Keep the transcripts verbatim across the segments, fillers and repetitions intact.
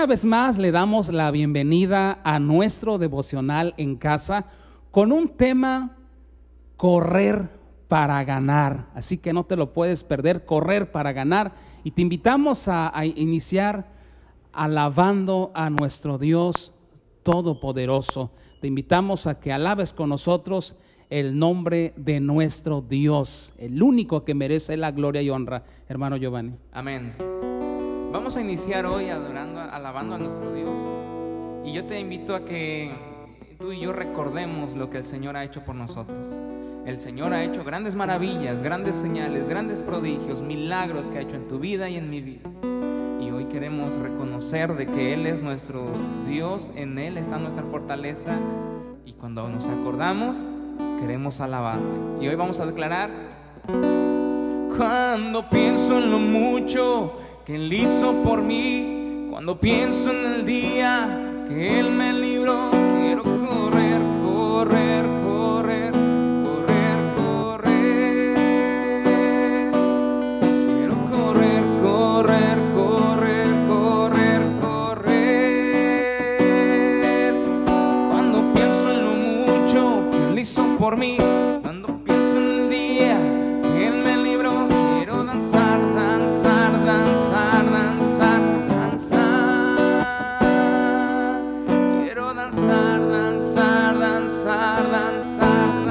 una vez más le damos la bienvenida a nuestro devocional en casa con un tema: correr para ganar. Así que no te lo puedes perder, correr para ganar. Y te invitamos a, a iniciar alabando a nuestro Dios Todopoderoso. Te invitamos a que alabes con nosotros el nombre de nuestro Dios, el único que merece la gloria y honra. Hermano Giovanni. Amén. Vamos a iniciar hoy adorando, alabando a nuestro Dios. Y yo te invito a que tú y yo recordemos lo que el Señor ha hecho por nosotros. El Señor ha hecho grandes maravillas, grandes señales, grandes prodigios, milagros que ha hecho en tu vida y en mi vida. Y hoy queremos reconocer de que Él es nuestro Dios, en Él está nuestra fortaleza. Y cuando nos acordamos, queremos alabarle. Y hoy vamos a declarar: cuando pienso en lo mucho que Él hizo por mí, cuando pienso en el día que Él me libró, quiero correr, correr, correr, correr, correr. Quiero correr, correr, correr, correr, correr. Cuando pienso en lo mucho que Él hizo por mí, cuando pienso en el día que Él me libró, quiero danzar, danzar, danzar, danzar, danzar. Quiero danzar, danzar, danzar, danzar,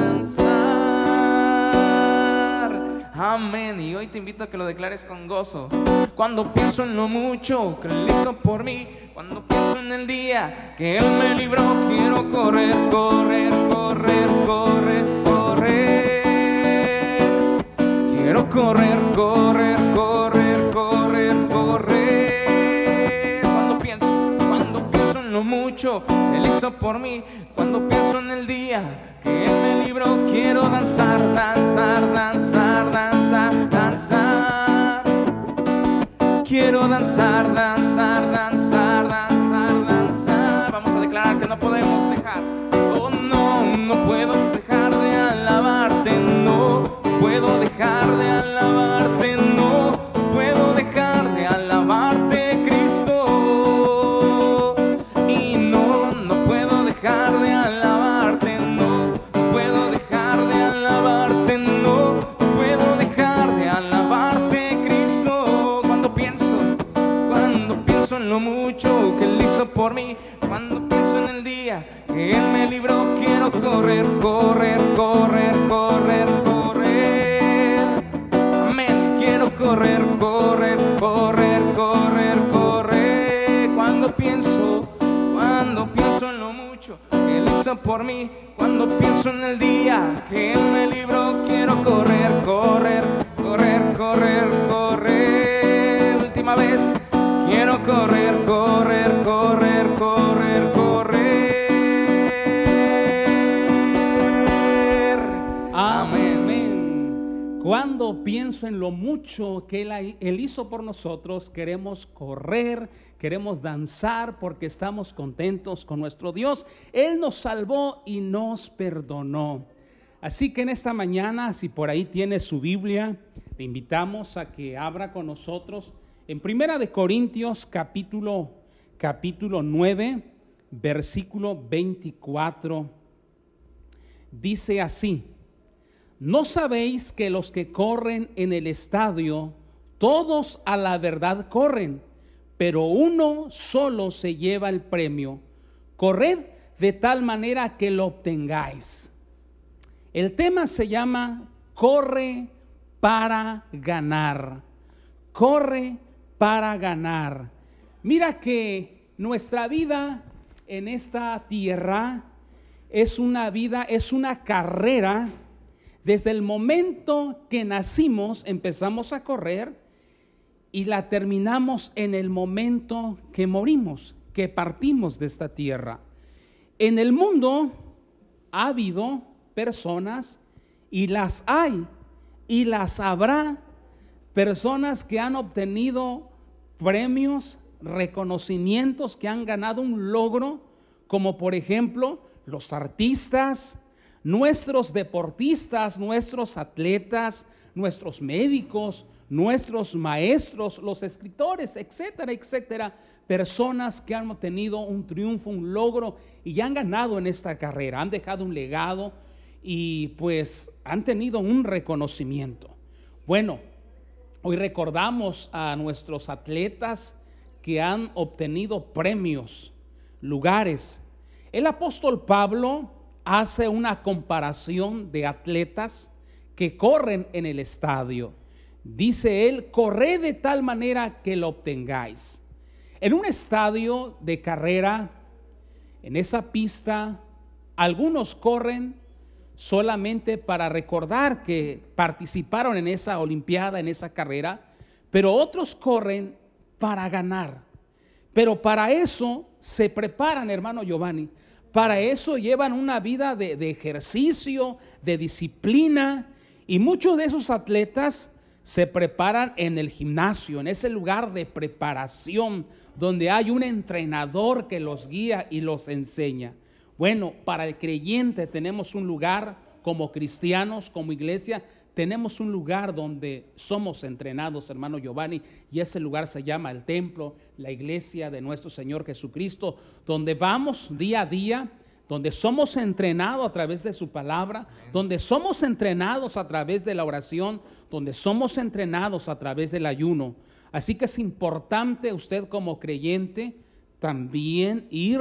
danzar. Amén. Y hoy te invito a que lo declares con gozo. Cuando pienso en lo mucho que Él hizo por mí, cuando pienso en el día que Él me libró, quiero correr, correr, correr, correr, correr. Quiero correr, correr, correr, correr, correr. Cuando pienso, cuando pienso en lo mucho que Él hizo por mí, cuando pienso en el día que Él me libró, quiero danzar, danzar, danzar, danzar, danzar. Quiero danzar, danzar, danzar, danzar, danzar. Vamos a declarar que no podemos dejar. Oh no, no puedo dejar de alabarte, no puedo dejar de alabarte, no puedo dejar de alabarte, Cristo. Y no, no puedo dejar de alabarte, no puedo dejar de alabarte, no puedo dejar de alabarte, Cristo. Cuando pienso, cuando pienso en lo mucho que Él hizo por mí, cuando pienso en el día que Él me libró, quiero correr, correr, correr, correr, correr. Amén. Quiero correr, correr, correr, correr, correr. Cuando pienso, cuando pienso en lo mucho que Él hizo por mí, cuando pienso en el día que Él me libró, quiero correr, correr, correr, correr, correr. Última vez. Quiero correr, correr, correr, correr, correr. Amén. Cuando pienso en lo mucho que él, él hizo por nosotros, queremos correr, queremos danzar porque estamos contentos con nuestro Dios. Él nos salvó y nos perdonó. Así que en esta mañana, si por ahí tiene su Biblia, le invitamos a que abra con nosotros en Primera de Corintios capítulo, capítulo nueve, versículo veinticuatro. Dice así: ¿no sabéis que los que corren en el estadio, todos a la verdad corren, pero uno solo se lleva el premio? Corred de tal manera que lo obtengáis. El tema se llama corre para ganar. Corre para ganar. Mira que nuestra vida en esta tierra es una vida, es una carrera. Desde el momento que nacimos empezamos a correr y la terminamos en el momento que morimos, que partimos de esta tierra. En el mundo ha habido personas, y las hay y las habrá, personas que han obtenido premios, reconocimientos, que han ganado un logro, como por ejemplo los artistas, nuestros deportistas, nuestros atletas, nuestros médicos, nuestros maestros, los escritores, etcétera, etcétera. personas que han tenido un triunfo, un logro y ya han ganado en esta carrera, han dejado un legado y pues han tenido un reconocimiento. Bueno, hoy recordamos a nuestros atletas que han obtenido premios, lugares. El apóstol Pablo hace una comparación de atletas que corren en el estadio. Dice él: corred de tal manera que lo obtengáis. En un estadio de carrera, en esa pista, algunos corren solamente para recordar que participaron en esa olimpiada, en esa carrera, pero otros corren para ganar. Pero para eso se preparan, hermano Giovanni. Para eso llevan una vida de, de ejercicio, de disciplina, y muchos de esos atletas se preparan en el gimnasio, en ese lugar de preparación donde hay un entrenador que los guía y los enseña. Bueno, para el creyente tenemos un lugar como cristianos, como iglesia, tenemos un lugar donde somos entrenados, hermano Giovanni, y ese lugar se llama el templo, la iglesia de nuestro Señor Jesucristo, donde vamos día a día, donde somos entrenados a través de su palabra, donde somos entrenados a través de la oración, donde somos entrenados a través del ayuno. Así que es importante usted como creyente también ir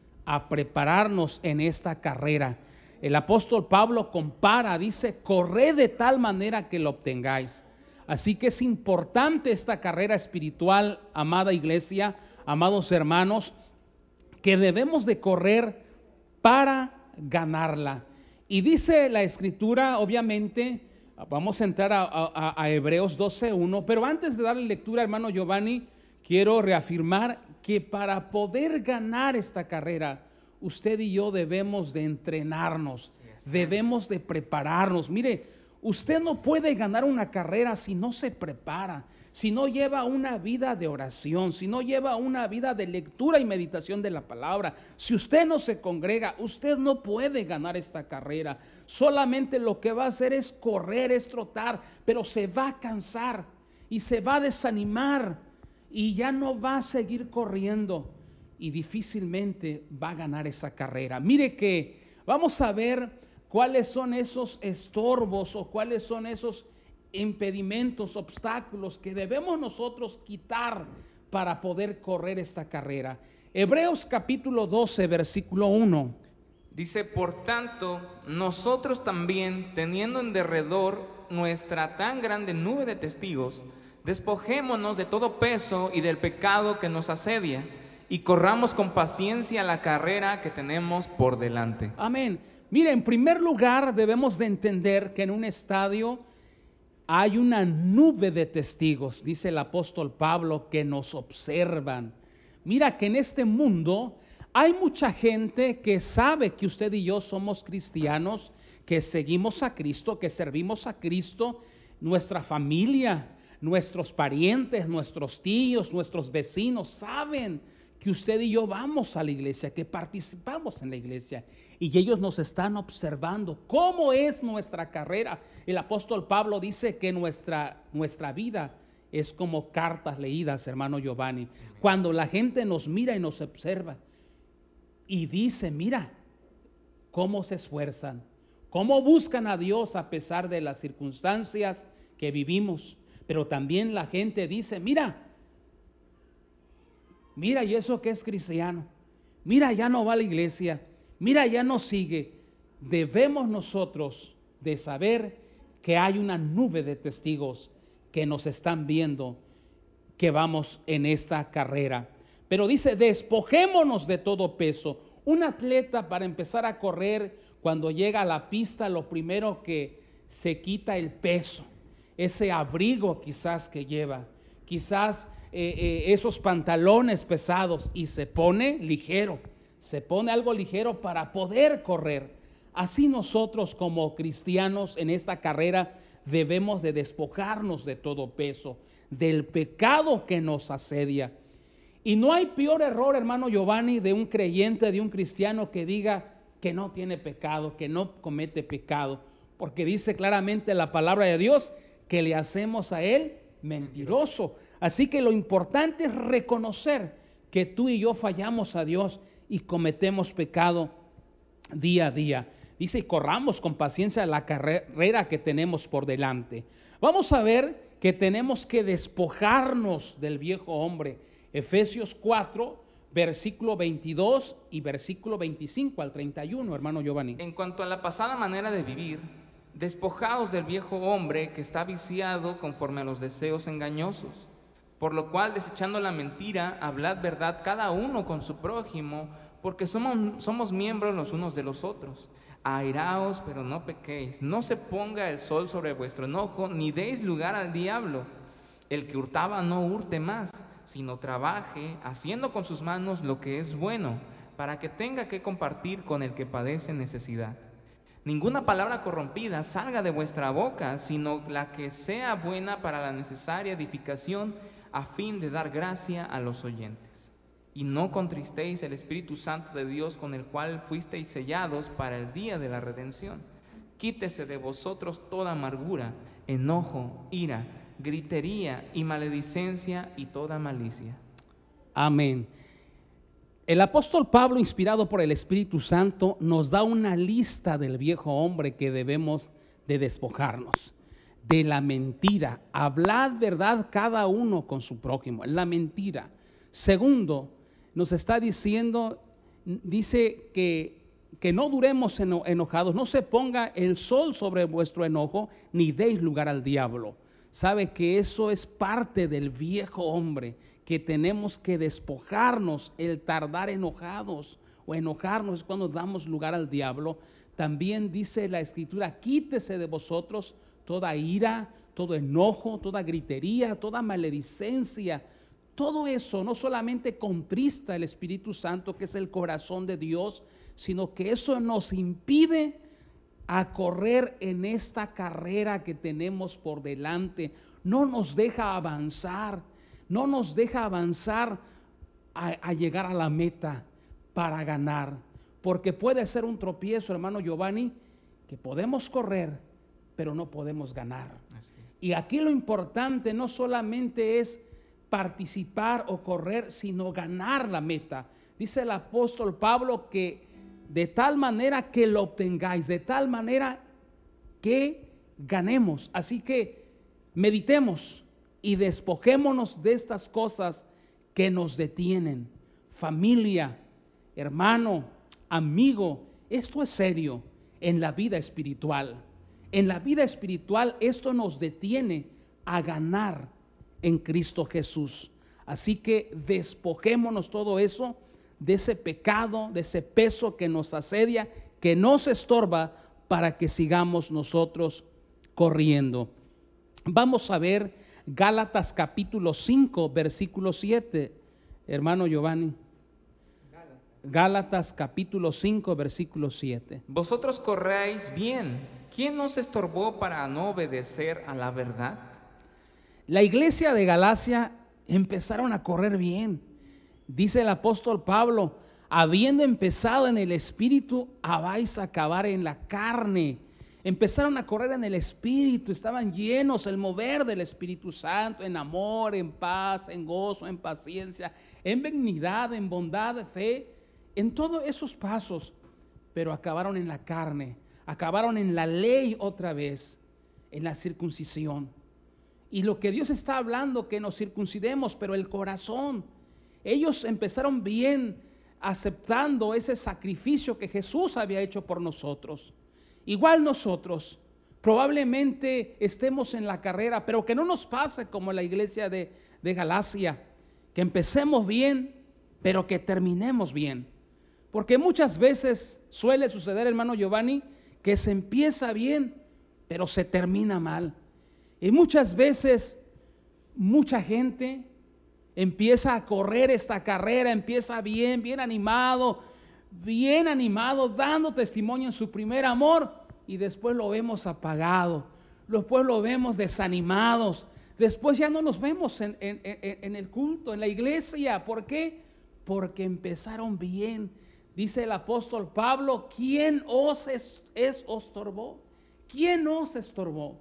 a prepararnos en esta carrera. El apóstol Pablo compara, dice: corred de tal manera que lo obtengáis. Así que es importante esta carrera espiritual, amada iglesia, amados hermanos, que debemos de correr para ganarla. Y dice la escritura, obviamente, vamos a entrar a, a, a Hebreos doce uno, pero antes de darle lectura, hermano Giovanni, quiero reafirmar que para poder ganar esta carrera, usted y yo debemos de entrenarnos, debemos de prepararnos. Mire, usted no puede ganar una carrera si no se prepara, si no lleva una vida de oración, si no lleva una vida de lectura y meditación de la palabra. Si usted no se congrega, usted no puede ganar esta carrera. Solamente lo que va a hacer es correr, es trotar, pero se va a cansar y se va a desanimar y ya no va a seguir corriendo y difícilmente va a ganar esa carrera. Mire que vamos a ver cuáles son esos estorbos o cuáles son esos impedimentos, obstáculos que debemos nosotros quitar para poder correr esta carrera. Hebreos capítulo doce, versículo uno. Dice: por tanto, nosotros también, teniendo en derredor nuestra tan grande nube de testigos, despojémonos de todo peso y del pecado que nos asedia, y corramos con paciencia la carrera que tenemos por delante. Amén. Mire, en primer lugar debemos de entender que en un estadio hay una nube de testigos, dice el apóstol Pablo, que nos observan. Mira que en este mundo hay mucha gente que sabe que usted y yo somos cristianos, que seguimos a Cristo, que servimos a Cristo. Nuestra familia, nuestros parientes, nuestros tíos, nuestros vecinos saben que usted y yo vamos a la iglesia, que participamos en la iglesia, y ellos nos están observando cómo es nuestra carrera. El apóstol Pablo dice que nuestra, nuestra vida es como cartas leídas, hermano Giovanni. Cuando la gente nos mira y nos observa y dice: mira cómo se esfuerzan, cómo buscan a Dios a pesar de las circunstancias que vivimos. Pero también la gente dice: mira, Mira, y eso que es cristiano, mira, ya no va a la iglesia, mira, ya no sigue. Debemos nosotros de saber que hay una nube de testigos que nos están viendo que vamos en esta carrera. Pero dice: despojémonos de todo peso. Un atleta, para empezar a correr, cuando llega a la pista, lo primero que se quita el peso, ese abrigo quizás que lleva, quizás Eh, eh, esos pantalones pesados, y se pone ligero, se pone algo ligero para poder correr. Así nosotros como cristianos en esta carrera debemos de despojarnos de todo peso, del pecado que nos asedia. Y no hay peor error, hermano Giovanni, de un creyente, de un cristiano que diga que no tiene pecado, que no comete pecado, porque dice claramente la palabra de Dios que le hacemos a él mentiroso. Así que lo importante es reconocer que tú y yo fallamos a Dios y cometemos pecado día a día. Dice, y corramos con paciencia la carrera que tenemos por delante. Vamos a ver que tenemos que despojarnos del viejo hombre. Efesios cuatro, versículo veintidós y versículo veinticinco al treinta y uno, hermano Giovanni. En cuanto a la pasada manera de vivir, despojaos del viejo hombre que está viciado conforme a los deseos engañosos. Por lo cual, desechando la mentira, hablad verdad cada uno con su prójimo, porque somos, somos miembros los unos de los otros. Airaos, pero no pequéis. No se ponga el sol sobre vuestro enojo, ni deis lugar al diablo. El que hurtaba no hurte más, sino trabaje, haciendo con sus manos lo que es bueno, para que tenga que compartir con el que padece necesidad. Ninguna palabra corrompida salga de vuestra boca, sino la que sea buena para la necesaria edificación, a fin de dar gracia a los oyentes. Y no contristéis el Espíritu Santo de Dios, con el cual fuisteis sellados para el día de la redención. Quítese de vosotros toda amargura, enojo, ira, gritería y maledicencia y toda malicia. Amén. El apóstol Pablo, inspirado por el Espíritu Santo, nos da una lista del viejo hombre que debemos de despojarnos. De la mentira. Hablad verdad cada uno con su prójimo. La mentira. Segundo, nos está diciendo, dice que, que no duremos eno, enojados, no se ponga el sol sobre vuestro enojo, ni deis lugar al diablo. Sabe que eso es parte del viejo hombre, que tenemos que despojarnos. El tardar enojados o enojarnos es cuando damos lugar al diablo. También dice la Escritura, quítese de vosotros toda ira, todo enojo, toda gritería, toda maledicencia. Todo eso no solamente contrista el Espíritu Santo, que es el corazón de Dios, sino que eso nos impide a correr en esta carrera que tenemos por delante. No nos deja avanzar, no nos deja avanzar a, a llegar a la meta para ganar. Porque puede ser un tropiezo, hermano Giovanni, que podemos correr, pero no podemos ganar. Y aquí lo importante no solamente es participar o correr, sino ganar la meta. Dice el apóstol Pablo que de tal manera que lo obtengáis, de tal manera que ganemos. Así que meditemos y despojémonos de estas cosas que nos detienen. Familia, hermano, amigo, esto es serio en la vida espiritual. En la vida espiritual esto nos detiene a ganar en Cristo Jesús. Así que despojémonos todo eso, de ese pecado, de ese peso que nos asedia, que nos estorba, para que sigamos nosotros corriendo. Vamos a ver Gálatas capítulo cinco, versículo siete, hermano Giovanni. Gálatas capítulo cinco, versículo siete. Vosotros corréis bien. ¿Quién nos estorbó para no obedecer a la verdad? La iglesia de Galacia empezaron a correr bien. Dice el apóstol Pablo, habiendo empezado en el espíritu, habéis a acabar en la carne. Empezaron a correr en el espíritu, estaban llenos, el mover del Espíritu Santo, en amor, en paz, en gozo, en paciencia, en benignidad, en bondad, de fe, en todos esos pasos. Pero acabaron en la carne, acabaron en la ley otra vez, en la circuncisión. Y lo que Dios está hablando, que nos circuncidemos, pero el corazón. Ellos empezaron bien, aceptando ese sacrificio que Jesús había hecho por nosotros. Igual nosotros probablemente estemos en la carrera, pero que no nos pase como la iglesia de, de Galacia, que empecemos bien, pero que terminemos bien. Porque muchas veces suele suceder, hermano Giovanni, que se empieza bien, pero se termina mal. Y muchas veces mucha gente empieza a correr esta carrera, empieza bien, bien animado, bien animado, dando testimonio en su primer amor, y después lo vemos apagado, después lo vemos desanimados, después ya no nos vemos en, en, en, en el culto, en la iglesia. ¿Por qué? Porque empezaron bien. Dice el apóstol Pablo, ¿quién os es, es, estorbó? ¿Quién os estorbó?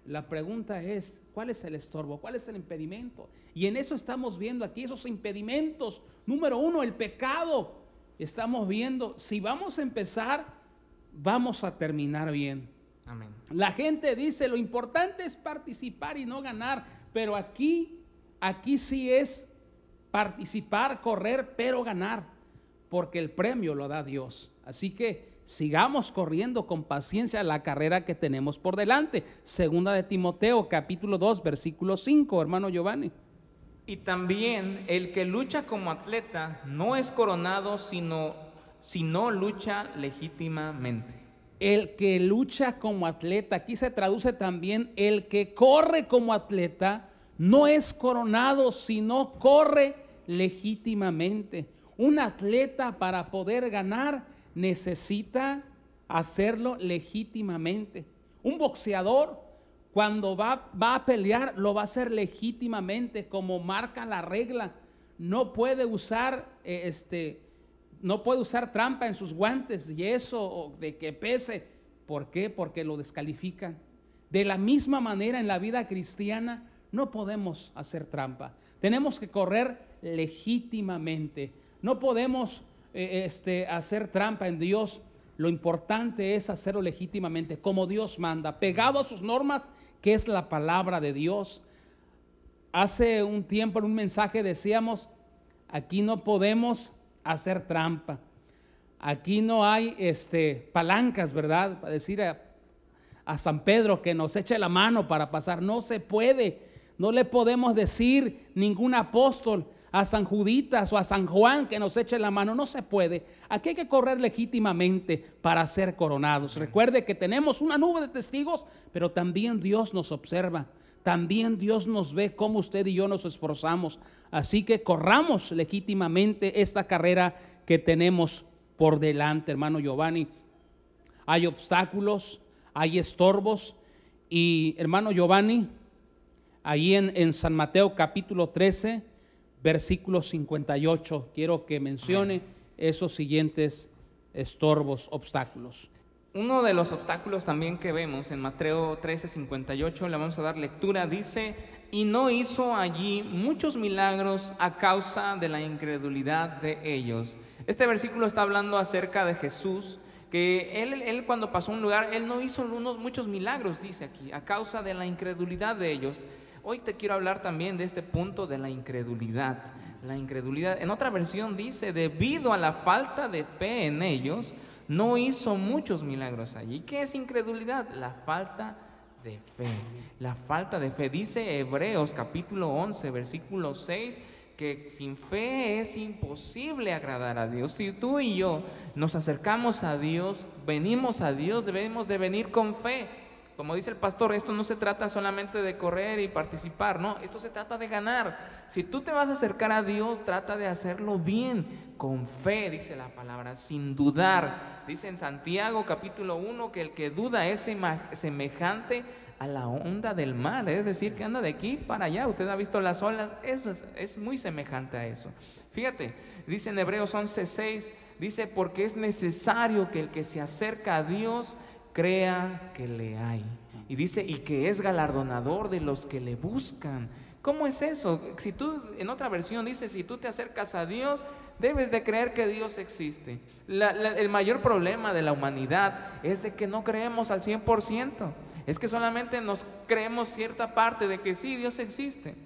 La pregunta es, ¿cuál es el estorbo? ¿Cuál es el impedimento? Y en eso estamos viendo aquí esos impedimentos. Número uno, el pecado. Estamos viendo, si vamos a empezar, vamos a terminar bien. Amén. La gente dice, lo importante es participar y no ganar, pero aquí, aquí sí es participar, correr, pero ganar, porque el premio lo da Dios. Así que sigamos corriendo con paciencia la carrera que tenemos por delante. Segunda de Timoteo, capítulo dos, versículo cinco, hermano Giovanni. Y también el que lucha como atleta no es coronado, sino, sino lucha legítimamente. El que lucha como atleta, aquí se traduce también el que corre como atleta, no es coronado, sino corre legítimamente. Un atleta, para poder ganar, necesita hacerlo legítimamente. Un boxeador, cuando va, va a pelear, lo va a hacer legítimamente, como marca la regla. No puede usar eh, este no puede usar trampa en sus guantes y eso de que pese. ¿Por qué? Porque lo descalifican. De la misma manera, en la vida cristiana no podemos hacer trampa. Tenemos que correr legítimamente. No podemos eh, este, hacer trampa en Dios. Lo importante es hacerlo legítimamente, como Dios manda, pegado a sus normas, que es la palabra de Dios. Hace un tiempo en un mensaje decíamos, aquí no podemos hacer trampa. Aquí no hay este, palancas, ¿verdad? Para decir a, a San Pedro que nos eche la mano para pasar. No se puede. No le podemos decir ningún apóstol a San Juditas o a San Juan que nos eche la mano. No se puede. Aquí hay que correr legítimamente para ser coronados. Recuerde que tenemos una nube de testigos, pero también Dios nos observa. También Dios nos ve cómo usted y yo nos esforzamos. Así que corramos legítimamente esta carrera que tenemos por delante, hermano Giovanni. Hay obstáculos, hay estorbos. Y hermano Giovanni, ahí en, en San Mateo capítulo trece, versículo cincuenta y ocho, quiero que mencione esos siguientes estorbos, obstáculos. Uno de los obstáculos también que vemos en Mateo trece, cincuenta y ocho, le vamos a dar lectura, dice: y no hizo allí muchos milagros a causa de la incredulidad de ellos. Este versículo está hablando acerca de Jesús, que él, él cuando pasó a un lugar, él no hizo unos muchos milagros, dice aquí, a causa de la incredulidad de ellos. Hoy te quiero hablar también de este punto de la incredulidad. La incredulidad, en otra versión dice, debido a la falta de fe en ellos, no hizo muchos milagros allí. ¿Qué es incredulidad? La falta de fe. La falta de fe. Dice Hebreos capítulo once, versículo seis, que sin fe es imposible agradar a Dios. Si tú y yo nos acercamos a Dios, venimos a Dios, debemos de venir con fe. Como dice el pastor, esto no se trata solamente de correr y participar, no, esto se trata de ganar. Si tú te vas a acercar a Dios, trata de hacerlo bien, con fe, dice la palabra, sin dudar. Dice en Santiago capítulo uno que el que duda es semejante a la onda del mar, es decir, que anda de aquí para allá. Usted ha visto las olas, eso es, es muy semejante a eso. Fíjate, dice en Hebreos once seis, dice, porque es necesario que el que se acerca a Dios crea que le hay. Y dice, y que es galardonador de los que le buscan. ¿Cómo es eso? Si tú, en otra versión dice, si tú te acercas a Dios, debes de creer que Dios existe. La, la, el mayor problema de la humanidad es de que no creemos al cien por ciento. Es que solamente nos creemos cierta parte de que sí, Dios existe.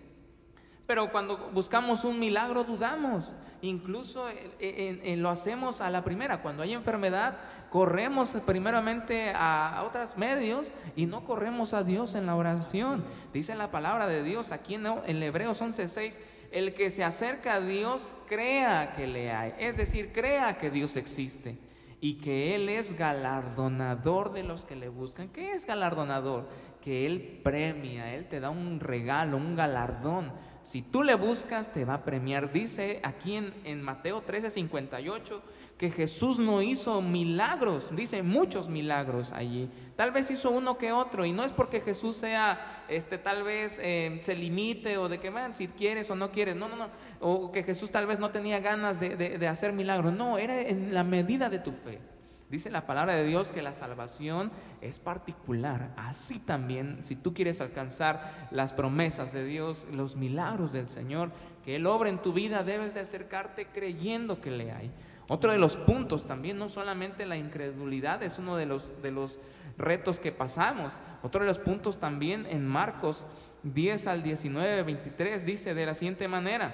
Pero cuando buscamos un milagro dudamos, incluso en, en, en lo hacemos a la primera. Cuando hay enfermedad, corremos primeramente a, a otros medios y no corremos a Dios en la oración. Dice la palabra de Dios aquí en, en Hebreos once seis, el que se acerca a Dios crea que le hay, es decir, crea que Dios existe y que Él es galardonador de los que le buscan. ¿Qué es galardonador? Que Él premia, Él te da un regalo, un galardón. Si tú le buscas, te va a premiar. Dice aquí en, en Mateo trece cincuenta y ocho que Jesús no hizo milagros, dice muchos milagros allí. Tal vez hizo uno que otro, y no es porque Jesús sea, este, tal vez eh, se limite o de que, man, si quieres o no quieres, no, no, no, o que Jesús tal vez no tenía ganas de, de, de hacer milagros. No, era en la medida de tu fe. Dice la palabra de Dios que la salvación es particular. Así también, si tú quieres alcanzar las promesas de Dios, los milagros del Señor, que Él obra en tu vida, debes de acercarte creyendo que le hay. Otro de los puntos también, no solamente la incredulidad es uno de los, de los retos que pasamos. Otro de los puntos también en Marcos diez al diecinueve, veintitrés dice de la siguiente manera: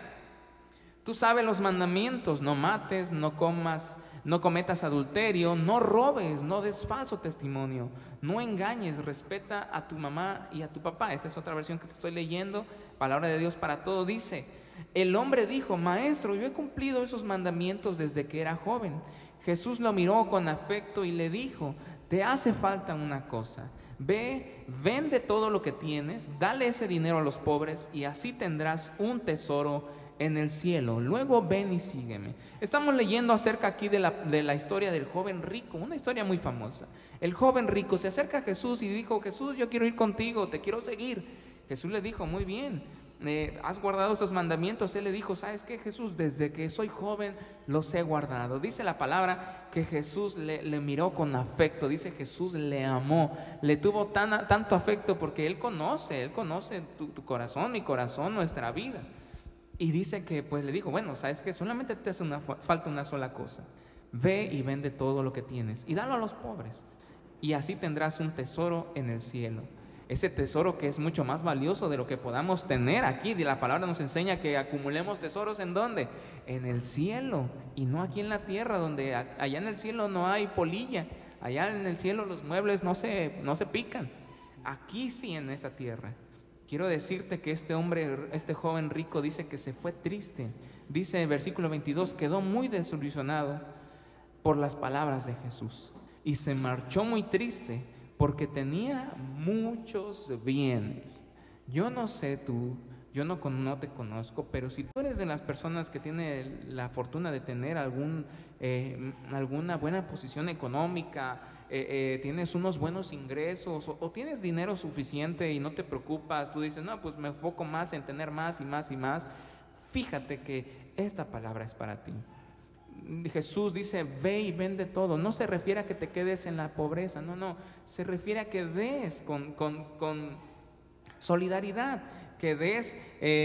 tú sabes los mandamientos: no mates, no comas, no cometas adulterio, no robes, no des falso testimonio, no engañes, respeta a tu mamá y a tu papá. Esta es otra versión que te estoy leyendo, palabra de Dios para todo. Dice: el hombre dijo: maestro, yo he cumplido esos mandamientos desde que era joven. Jesús lo miró con afecto y le dijo: te hace falta una cosa. Ve, vende todo lo que tienes, dale ese dinero a los pobres y así tendrás un tesoro en el cielo. Luego ven y sígueme. Estamos leyendo acerca aquí de la, de la historia del joven rico, una historia muy famosa. El joven rico se acerca a Jesús y dijo: Jesús, yo quiero ir contigo, te quiero seguir. Jesús le dijo: muy bien, eh, has guardado estos mandamientos. Él le dijo: ¿sabes qué, Jesús? Desde que soy joven los he guardado. Dice la palabra que Jesús le, le miró con afecto. Dice: Jesús le amó, le tuvo tan, tanto afecto porque Él conoce, Él conoce tu, tu corazón, mi corazón, nuestra vida. Y dice que pues le dijo: bueno, ¿sabes qué? Solamente te hace una, falta una sola cosa. Ve y vende todo lo que tienes y dalo a los pobres y así tendrás un tesoro en el cielo. Ese tesoro que es mucho más valioso de lo que podamos tener aquí. La palabra nos enseña que acumulemos tesoros ¿en dónde? En el cielo y no aquí en la tierra, donde allá en el cielo no hay polilla. Allá en el cielo los muebles no se, no se pican. Aquí sí, en esta tierra. Quiero decirte que este hombre, este joven rico, dice que se fue triste. Dice en el versículo veintidós: quedó muy desilusionado por las palabras de Jesús y se marchó muy triste porque tenía muchos bienes. Yo no sé tú, yo no, no te conozco, pero si tú eres de las personas que tiene la fortuna de tener algún, eh, alguna buena posición económica, eh, eh, tienes unos buenos ingresos o, o tienes dinero suficiente y no te preocupas, tú dices: no, pues me enfoco más en tener más y más y más. Fíjate que esta palabra es para ti. Jesús dice: ve y vende todo. No se refiere a que te quedes en la pobreza, no, no, se refiere a que des con, con, con solidaridad, que des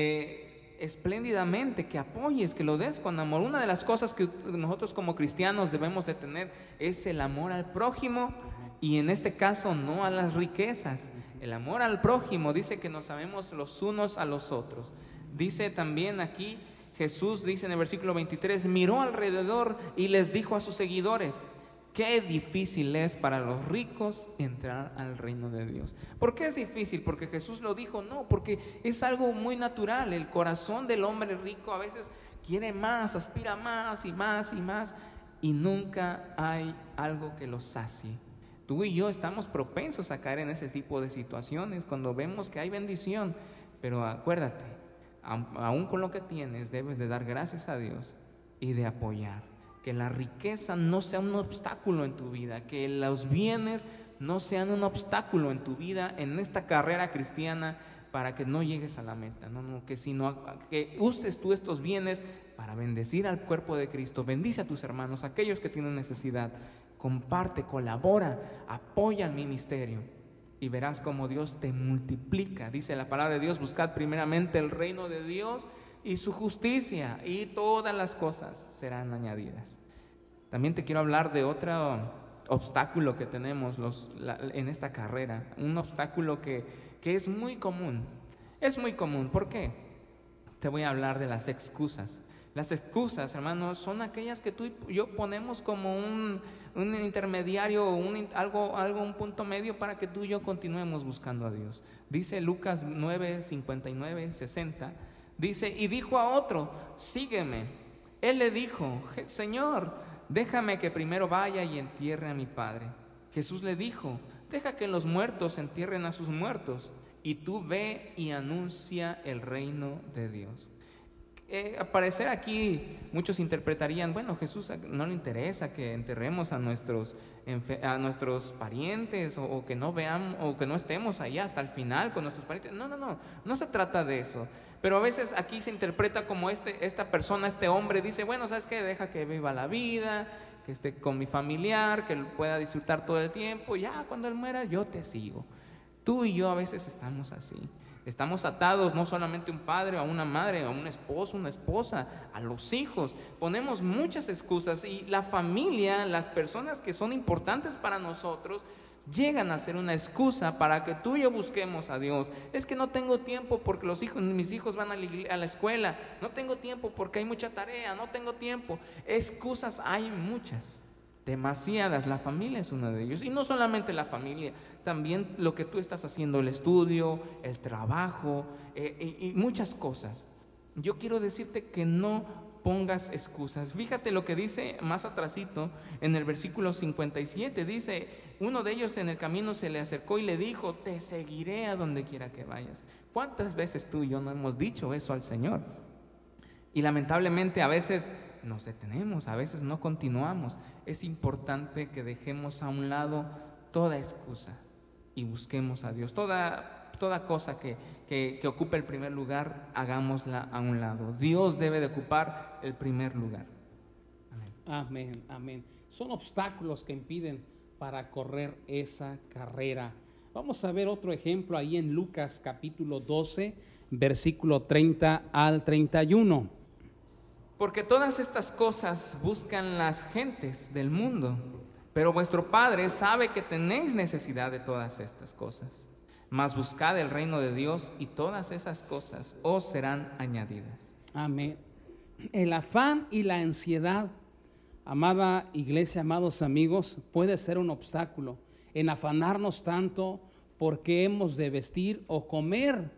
eh, espléndidamente, que apoyes, que lo des con amor. Una de las cosas que nosotros como cristianos debemos de tener es el amor al prójimo, y en este caso no a las riquezas. El amor al prójimo dice que nos amemos los unos a los otros. Dice también aquí Jesús, dice en el versículo veintitrés: miró alrededor y les dijo a sus seguidores: qué difícil es para los ricos entrar al reino de Dios. ¿Por qué es difícil? ¿Porque Jesús lo dijo? No, porque es algo muy natural. El corazón del hombre rico a veces quiere más, aspira más y más y más, y nunca hay algo que lo sacie. Tú y yo estamos propensos a caer en ese tipo de situaciones cuando vemos que hay bendición, pero acuérdate, aún con lo que tienes debes de dar gracias a Dios y de apoyar. Que la riqueza no sea un obstáculo en tu vida, que los bienes no sean un obstáculo en tu vida, en esta carrera cristiana, para que no llegues a la meta. No, no, que sino que uses tú estos bienes para bendecir al cuerpo de Cristo. Bendice a tus hermanos, aquellos que tienen necesidad. Comparte, colabora, apoya al ministerio y verás cómo Dios te multiplica. Dice la palabra de Dios: buscad primeramente el reino de Dios y su justicia, y todas las cosas serán añadidas. También te quiero hablar de otro obstáculo que tenemos los, la, en esta carrera, un obstáculo que, que es muy común, es muy común. ¿Por qué? Te voy a hablar de las excusas. Las excusas, hermanos, son aquellas que tú y yo ponemos como un, un intermediario, un, algo, algo, un punto medio para que tú y yo continuemos buscando a Dios. Dice Lucas nueve, cincuenta y nueve, sesenta, dice: y dijo a otro: sígueme. Él le dijo: Señor, déjame que primero vaya y entierre a mi padre. Jesús le dijo: deja que los muertos entierren a sus muertos, y tú ve y anuncia el reino de Dios. Eh, al parecer aquí muchos interpretarían: bueno, Jesús no le interesa que enterremos a nuestros, a nuestros parientes, o, o que no veamos, o que no estemos allá hasta el final con nuestros parientes. No, no, no, no se trata de eso. Pero a veces aquí se interpreta como este, esta persona, este hombre dice: bueno, ¿sabes qué? Deja que viva la vida, que que esté con mi familiar, que pueda disfrutar todo el tiempo. Ya cuando él muera, yo te sigo. Tú y yo a veces estamos así. Estamos atados no solamente a un padre, a una madre, a un esposo, una esposa, a los hijos. Ponemos muchas excusas y la familia, las personas que son importantes para nosotros, llegan a ser una excusa para que tú y yo busquemos a Dios. Es que no tengo tiempo porque los hijos, mis hijos van a la, a la escuela. No tengo tiempo porque hay mucha tarea. No tengo tiempo. Excusas hay muchas, demasiadas. La familia es una de ellos. Y no solamente la familia, también lo que tú estás haciendo, el estudio, el trabajo, eh, y, y muchas cosas. Yo quiero decirte que no pongas excusas. Fíjate lo que dice más atrasito en el versículo cincuenta y siete. Dice: uno de ellos en el camino se le acercó y le dijo: te seguiré a donde quiera que vayas. ¿Cuántas veces tú y yo no hemos dicho eso al Señor? Y lamentablemente a veces nos detenemos, a veces no continuamos. Es importante que dejemos a un lado toda excusa y busquemos a Dios. Toda Toda cosa que, que, que ocupe el primer lugar, hagámosla a un lado. Dios debe de ocupar el primer lugar. Amén. Amén, amén. Son obstáculos que impiden para correr esa carrera. Vamos a ver otro ejemplo ahí en Lucas capítulo doce, versículo treinta al treinta y uno. Porque todas estas cosas buscan las gentes del mundo, pero vuestro Padre sabe que tenéis necesidad de todas estas cosas. Mas buscad el reino de Dios y todas esas cosas os serán añadidas. Amén. El afán y la ansiedad, amada iglesia, amados amigos, puede ser un obstáculo en afanarnos tanto porque hemos de vestir o comer,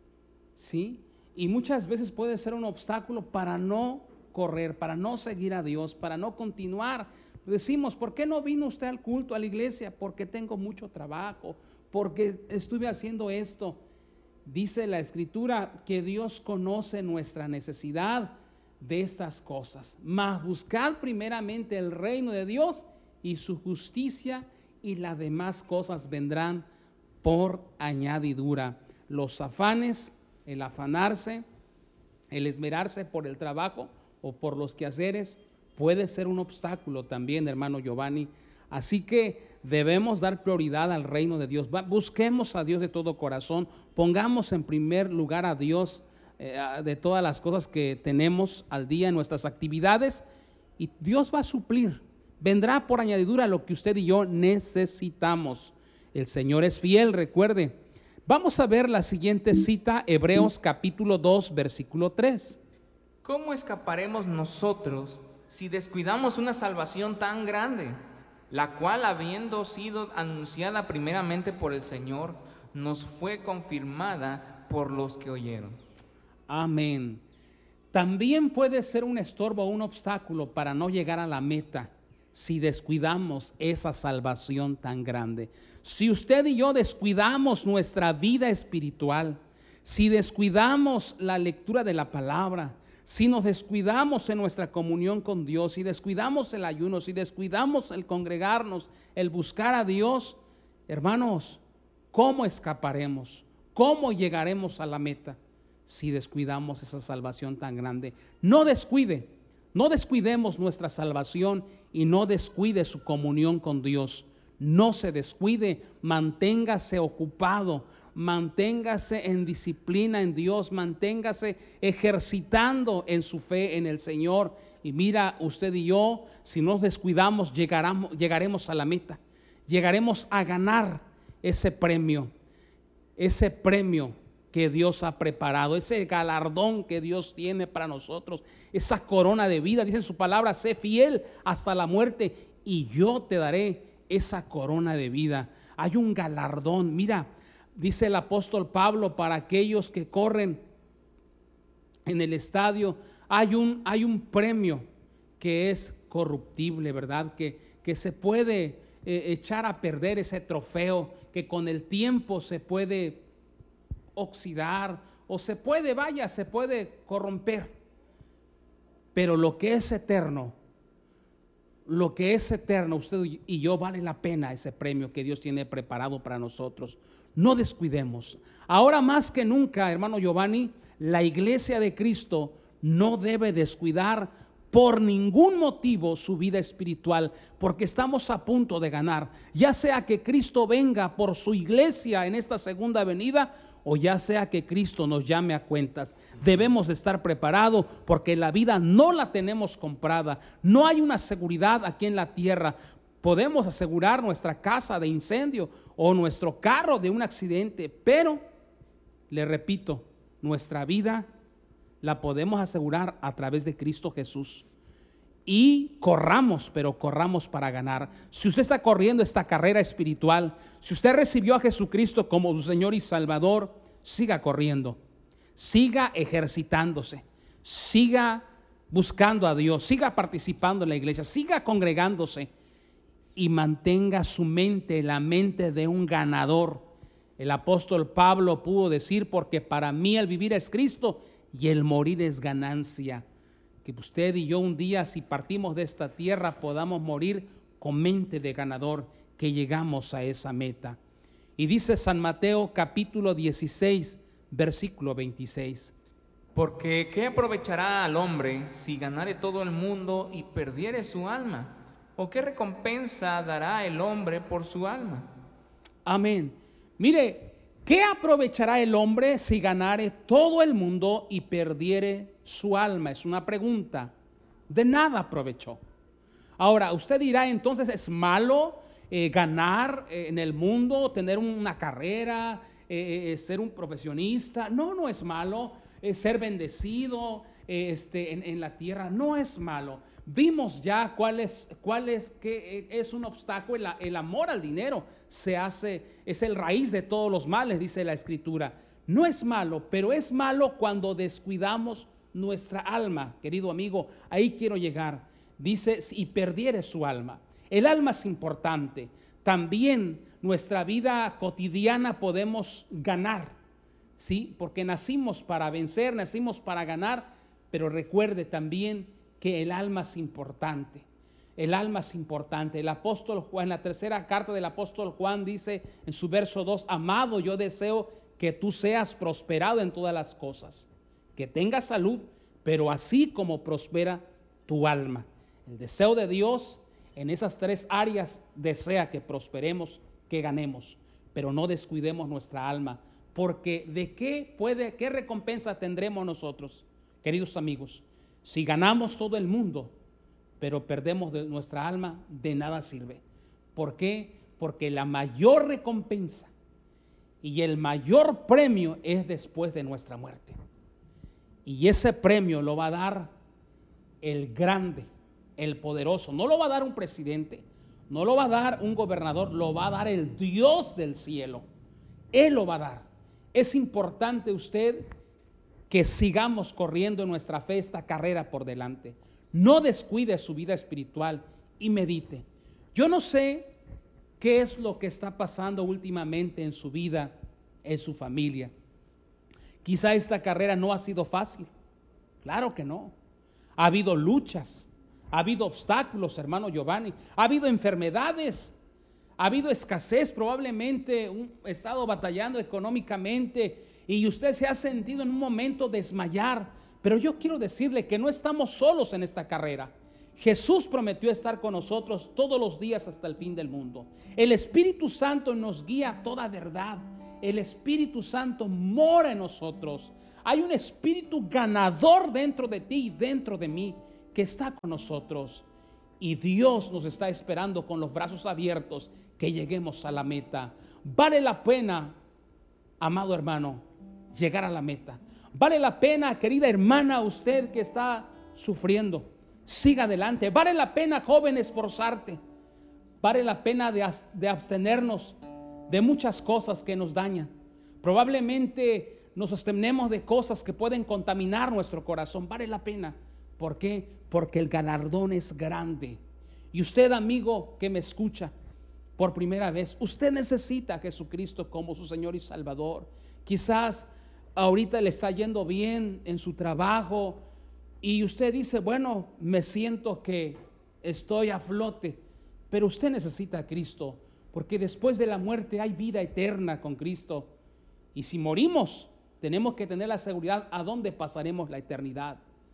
¿sí? Y muchas veces puede ser un obstáculo para no correr, para no seguir a Dios, para no continuar. Decimos: ¿por qué no vino usted al culto, a la iglesia? Porque tengo mucho trabajo, porque estuve haciendo esto. Dice la Escritura que Dios conoce nuestra necesidad de estas cosas. Mas buscad primeramente el reino de Dios y su justicia, y las demás cosas vendrán por añadidura. Los afanes, el afanarse, el esmerarse por el trabajo o por los quehaceres, puede ser un obstáculo también, hermano Giovanni. Así que debemos dar prioridad al reino de Dios. Busquemos a Dios de todo corazón. Pongamos en primer lugar a Dios eh, de todas las cosas que tenemos al día en nuestras actividades, y Dios va a suplir. Vendrá por añadidura lo que usted y yo necesitamos. El Señor es fiel, recuerde. Vamos a ver la siguiente cita, Hebreos capítulo dos, versículo tres. ¿Cómo escaparemos nosotros si descuidamos una salvación tan grande, la cual, habiendo sido anunciada primeramente por el Señor, nos fue confirmada por los que oyeron? Amén. También puede ser un estorbo o un obstáculo para no llegar a la meta si descuidamos esa salvación tan grande. Si usted y yo descuidamos nuestra vida espiritual, si descuidamos la lectura de la palabra, si nos descuidamos en nuestra comunión con Dios, si descuidamos el ayuno, si descuidamos el congregarnos, el buscar a Dios, hermanos, ¿cómo escaparemos? ¿Cómo llegaremos a la meta si descuidamos esa salvación tan grande? No descuide, no descuidemos nuestra salvación y no descuide su comunión con Dios. No se descuide, manténgase ocupado, manténgase en disciplina en Dios, manténgase ejercitando en su fe en el Señor. Y mira, usted y yo, si nos descuidamos, llegaremos, llegaremos a la meta, llegaremos a ganar ese premio, ese premio que Dios ha preparado, ese galardón que Dios tiene para nosotros, esa corona de vida. Dice en su palabra: sé fiel hasta la muerte y yo te daré esa corona de vida. Hay un galardón. Mira, dice el apóstol Pablo, para aquellos que corren en el estadio, hay un, hay un premio que es corruptible, ¿verdad? Que, que se puede eh, echar a perder ese trofeo, que con el tiempo se puede oxidar o se puede, vaya, se puede corromper. Pero lo que es eterno, lo que es eterno, usted y yo, vale la pena ese premio que Dios tiene preparado para nosotros. No descuidemos. Ahora más que nunca, hermano Giovanni, la iglesia de Cristo no debe descuidar por ningún motivo su vida espiritual, porque estamos a punto de ganar, ya sea que Cristo venga por su iglesia en esta segunda venida, o ya sea que Cristo nos llame a cuentas. Debemos de estar preparados, porque la vida no la tenemos comprada. No hay una seguridad aquí en la tierra. Podemos asegurar nuestra casa de incendio o nuestro carro de un accidente, pero le repito, nuestra vida la podemos asegurar a través de Cristo Jesús. Y corramos, pero corramos para ganar. Si usted está corriendo esta carrera espiritual, si usted recibió a Jesucristo como su Señor y Salvador, siga corriendo, siga ejercitándose, siga buscando a Dios, siga participando en la iglesia, siga congregándose y mantenga su mente, la mente de un ganador. El apóstol Pablo pudo decir: porque para mí el vivir es Cristo y el morir es ganancia. Que usted y yo un día, si partimos de esta tierra, podamos morir con mente de ganador, que llegamos a esa meta. Y dice San Mateo capítulo dieciséis, versículo veintiséis. Porque ¿qué aprovechará al hombre si ganare todo el mundo y perdiere su alma? ¿O qué recompensa dará el hombre por su alma? Amén. Mire, ¿qué aprovechará el hombre si ganare todo el mundo y perdiere su alma? Es una pregunta. De nada aprovechó. Ahora, usted dirá, entonces, ¿es malo eh, ganar eh, en el mundo, tener una carrera, eh, eh, ser un profesionista? No, no es malo. Eh, ser bendecido eh, este, en, en la tierra no es malo. Vimos ya cuál es, cuál es, que es un obstáculo. El, el amor al dinero se hace, es el raíz de todos los males, dice la Escritura. No es malo, pero es malo cuando descuidamos nuestra alma. Querido amigo, ahí quiero llegar. Dice: y perdiere su alma. El alma es importante. También nuestra vida cotidiana podemos ganar, ¿sí? Porque nacimos para vencer, nacimos para ganar, pero recuerde también que el alma es importante. El alma es importante. El apóstol Juan, en la tercera carta del apóstol Juan, dice en su verso dos: amado, yo deseo que tú seas prosperado en todas las cosas, que tengas salud, pero así como prospera tu alma. El deseo de Dios en esas tres áreas desea que prosperemos, que ganemos, pero no descuidemos nuestra alma, porque ¿de qué puede, qué recompensa tendremos nosotros, queridos amigos? Si ganamos todo el mundo, pero perdemos de nuestra alma, de nada sirve. ¿Por qué? Porque la mayor recompensa y el mayor premio es después de nuestra muerte. Y ese premio lo va a dar el grande, el poderoso. No lo va a dar un presidente, no lo va a dar un gobernador, lo va a dar el Dios del cielo. Él lo va a dar. Es importante usted que sigamos corriendo en nuestra fe esta carrera por delante. No descuide su vida espiritual y medite. Yo no sé qué es lo que está pasando últimamente en su vida, en su familia. Quizá esta carrera no ha sido fácil. Claro que no. Ha habido luchas, ha habido obstáculos, hermano Giovanni. Ha habido enfermedades, ha habido escasez, probablemente un estado batallando económicamente y usted se ha sentido en un momento desmayar. Pero yo quiero decirle que no estamos solos en esta carrera. Jesús prometió estar con nosotros todos los días hasta el fin del mundo. El Espíritu Santo nos guía a toda verdad. El Espíritu Santo mora en nosotros. Hay un espíritu ganador dentro de ti y dentro de mí que está con nosotros. Y Dios nos está esperando con los brazos abiertos que lleguemos a la meta. Vale la pena, amado hermano, llegar a la meta. Vale la pena, querida hermana, usted que está sufriendo, siga adelante. Vale la pena, joven, esforzarte. Vale la pena de, de abstenernos de muchas cosas que nos dañan. Probablemente nos abstenemos de cosas que pueden contaminar nuestro corazón. Vale la pena. ¿Por qué? Porque el galardón es grande. Y usted, amigo que me escucha por primera vez, usted necesita a Jesucristo como su Señor y Salvador. Quizás ahorita le está yendo bien en su trabajo y usted dice: bueno, me siento que estoy a flote. Pero usted necesita a Cristo, porque después de la muerte hay vida eterna con Cristo. Y si morimos, tenemos que tener la seguridad a dónde pasaremos la eternidad.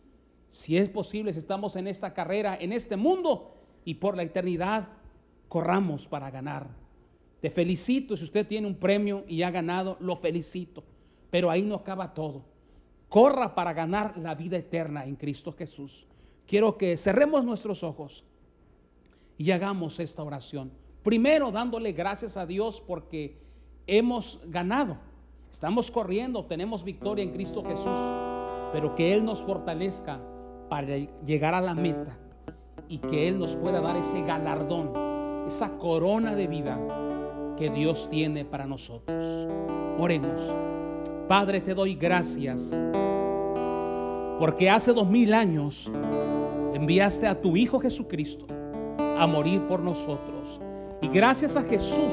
Si es posible, si estamos en esta carrera, en este mundo y por la eternidad, corramos para ganar. Te felicito si usted tiene un premio y ha ganado, lo felicito. Pero ahí no acaba todo. Corra para ganar la vida eterna en Cristo Jesús. Quiero que cerremos nuestros ojos y hagamos esta oración. Primero dándole gracias a Dios porque hemos ganado. Estamos corriendo, tenemos victoria en Cristo Jesús. Pero que Él nos fortalezca para llegar a la meta y que Él nos pueda dar ese galardón, esa corona de vida que Dios tiene para nosotros. Oremos. Padre, te doy gracias porque hace dos mil años enviaste a tu Hijo Jesucristo a morir por nosotros. Y gracias a Jesús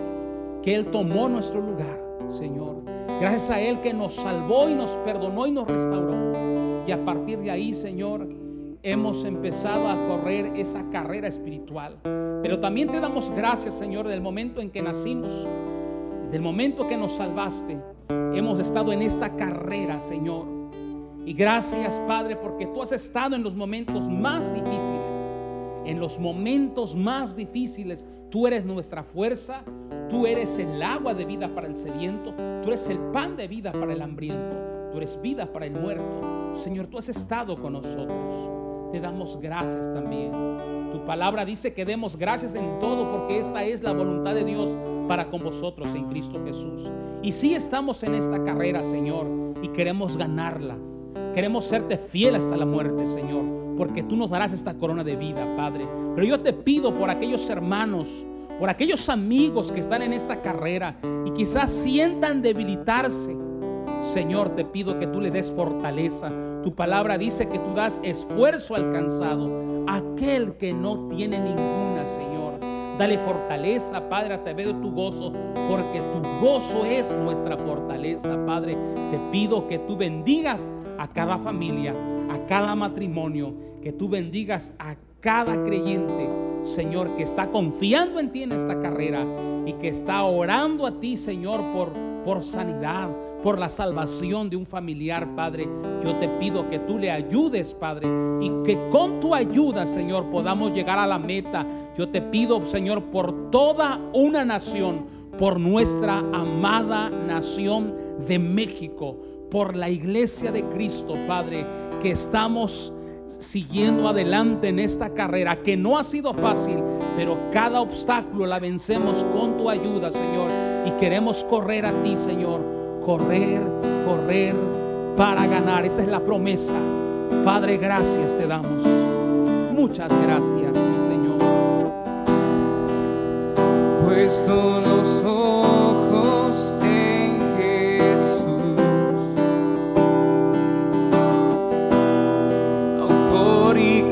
que Él tomó nuestro lugar, Señor. Gracias a Él que nos salvó y nos perdonó y nos restauró. Y a partir de ahí, Señor, hemos empezado a correr esa carrera espiritual. Pero también te damos gracias, Señor, del momento en que nacimos, del momento que nos salvaste. Hemos estado en esta carrera, Señor. Y gracias, Padre, porque tú has estado en los momentos más difíciles. En los momentos más difíciles, tú eres nuestra fuerza. Tú eres el agua de vida para el sediento. Tú eres el pan de vida para el hambriento. Tú eres vida para el muerto. Señor, tú has estado con nosotros. Te damos gracias también. Tu palabra dice que demos gracias en todo porque esta es la voluntad de Dios para con vosotros en Cristo Jesús. Y sí estamos en esta carrera, Señor, y queremos ganarla. Queremos serte fiel hasta la muerte, Señor, porque tú nos darás esta corona de vida, Padre. Pero yo te pido por aquellos hermanos, por aquellos amigos que están en esta carrera y quizás sientan debilitarse. Señor, te pido que tú le des fortaleza. Tu palabra dice que tú das esfuerzo alcanzado a aquel que no tiene ninguna, Señor. Dale fortaleza, Padre, a través de tu gozo, porque tu gozo es nuestra fortaleza, Padre. Te pido que tú bendigas a cada familia, a cada matrimonio, que tú bendigas a cada creyente, Señor, que está confiando en ti en esta carrera y que está orando a ti, Señor, por, por sanidad, por la salvación de un familiar, Padre. Yo te pido que tú le ayudes, Padre, y que con tu ayuda, Señor, podamos llegar a la meta. Yo te pido, Señor, por toda una nación, por nuestra amada nación de México, por la iglesia de Cristo, Padre, que estamos siguiendo adelante en esta carrera que no ha sido fácil, pero cada obstáculo la vencemos con tu ayuda, Señor, y queremos correr a ti, Señor, correr, correr para ganar. Esa es la promesa. Padre, gracias te damos. Muchas gracias, mi Señor. Puesto los ojos en Jesús, autor y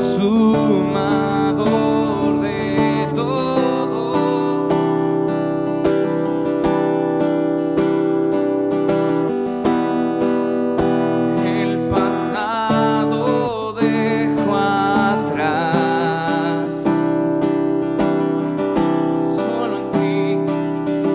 consumador de todo, el pasado dejo atrás, solo en ti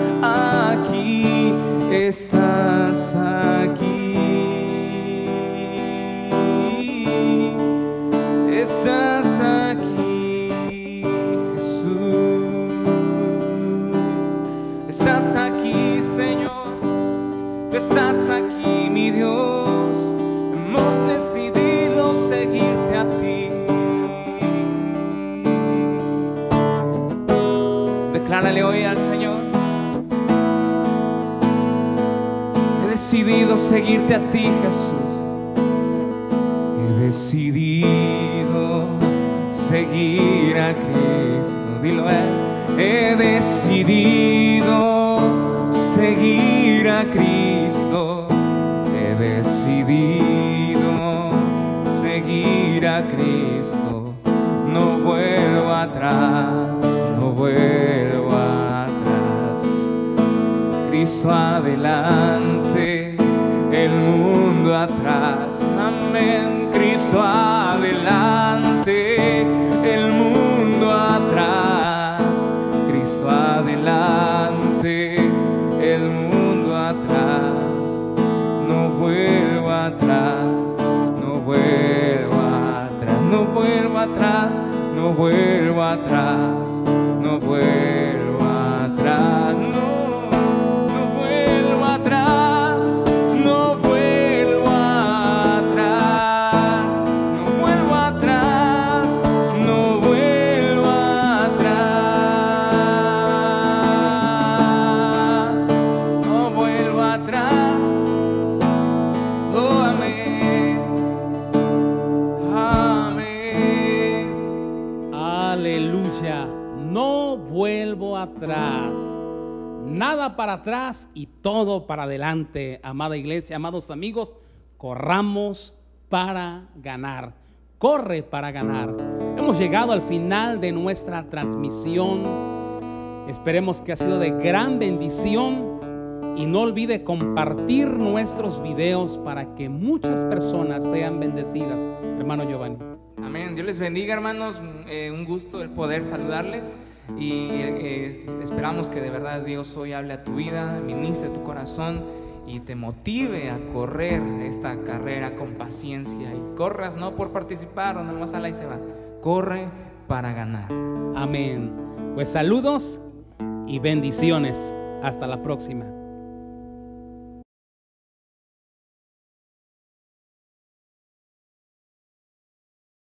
aquí, estás aquí. Estás aquí, Jesús. Estás aquí, Señor. Tú estás aquí, mi Dios. Hemos decidido seguirte a ti. Declárale hoy al Señor: he decidido seguirte a ti, Jesús. He decidido seguir a Cristo. Dilo a Él. He decidido seguir a Cristo. He decidido seguir a Cristo. No vuelvo atrás, no vuelvo atrás. Cristo adelante, el mundo atrás. Amén. Cristo adelante, el mundo atrás. Cristo adelante, el mundo atrás. No vuelvo atrás, no vuelvo atrás, no vuelvo atrás, no vuelvo atrás, no vuelvo atrás, no, no vuelvo atrás, no vuelvo atrás, no vuelvo atrás, no vuelvo atrás, no vuelvo atrás. Oh, amén, amén. Aleluya. No vuelvo atrás. Nada para atrás y todo para adelante. Amada iglesia, amados amigos, corramos para ganar. Corre para ganar. Hemos llegado al final de nuestra transmisión. Esperemos que ha sido de gran bendición. Y no olvide compartir nuestros videos para que muchas personas sean bendecidas. Hermano Giovanni. Amén. Dios les bendiga, hermanos. Eh, un gusto el poder saludarles. Y eh, esperamos que de verdad Dios hoy hable a tu vida, ministre tu corazón y te motive a correr esta carrera con paciencia. Y corras no por participar o nada más sala y se va. Corre para ganar. Amén. Pues saludos y bendiciones. Hasta la próxima.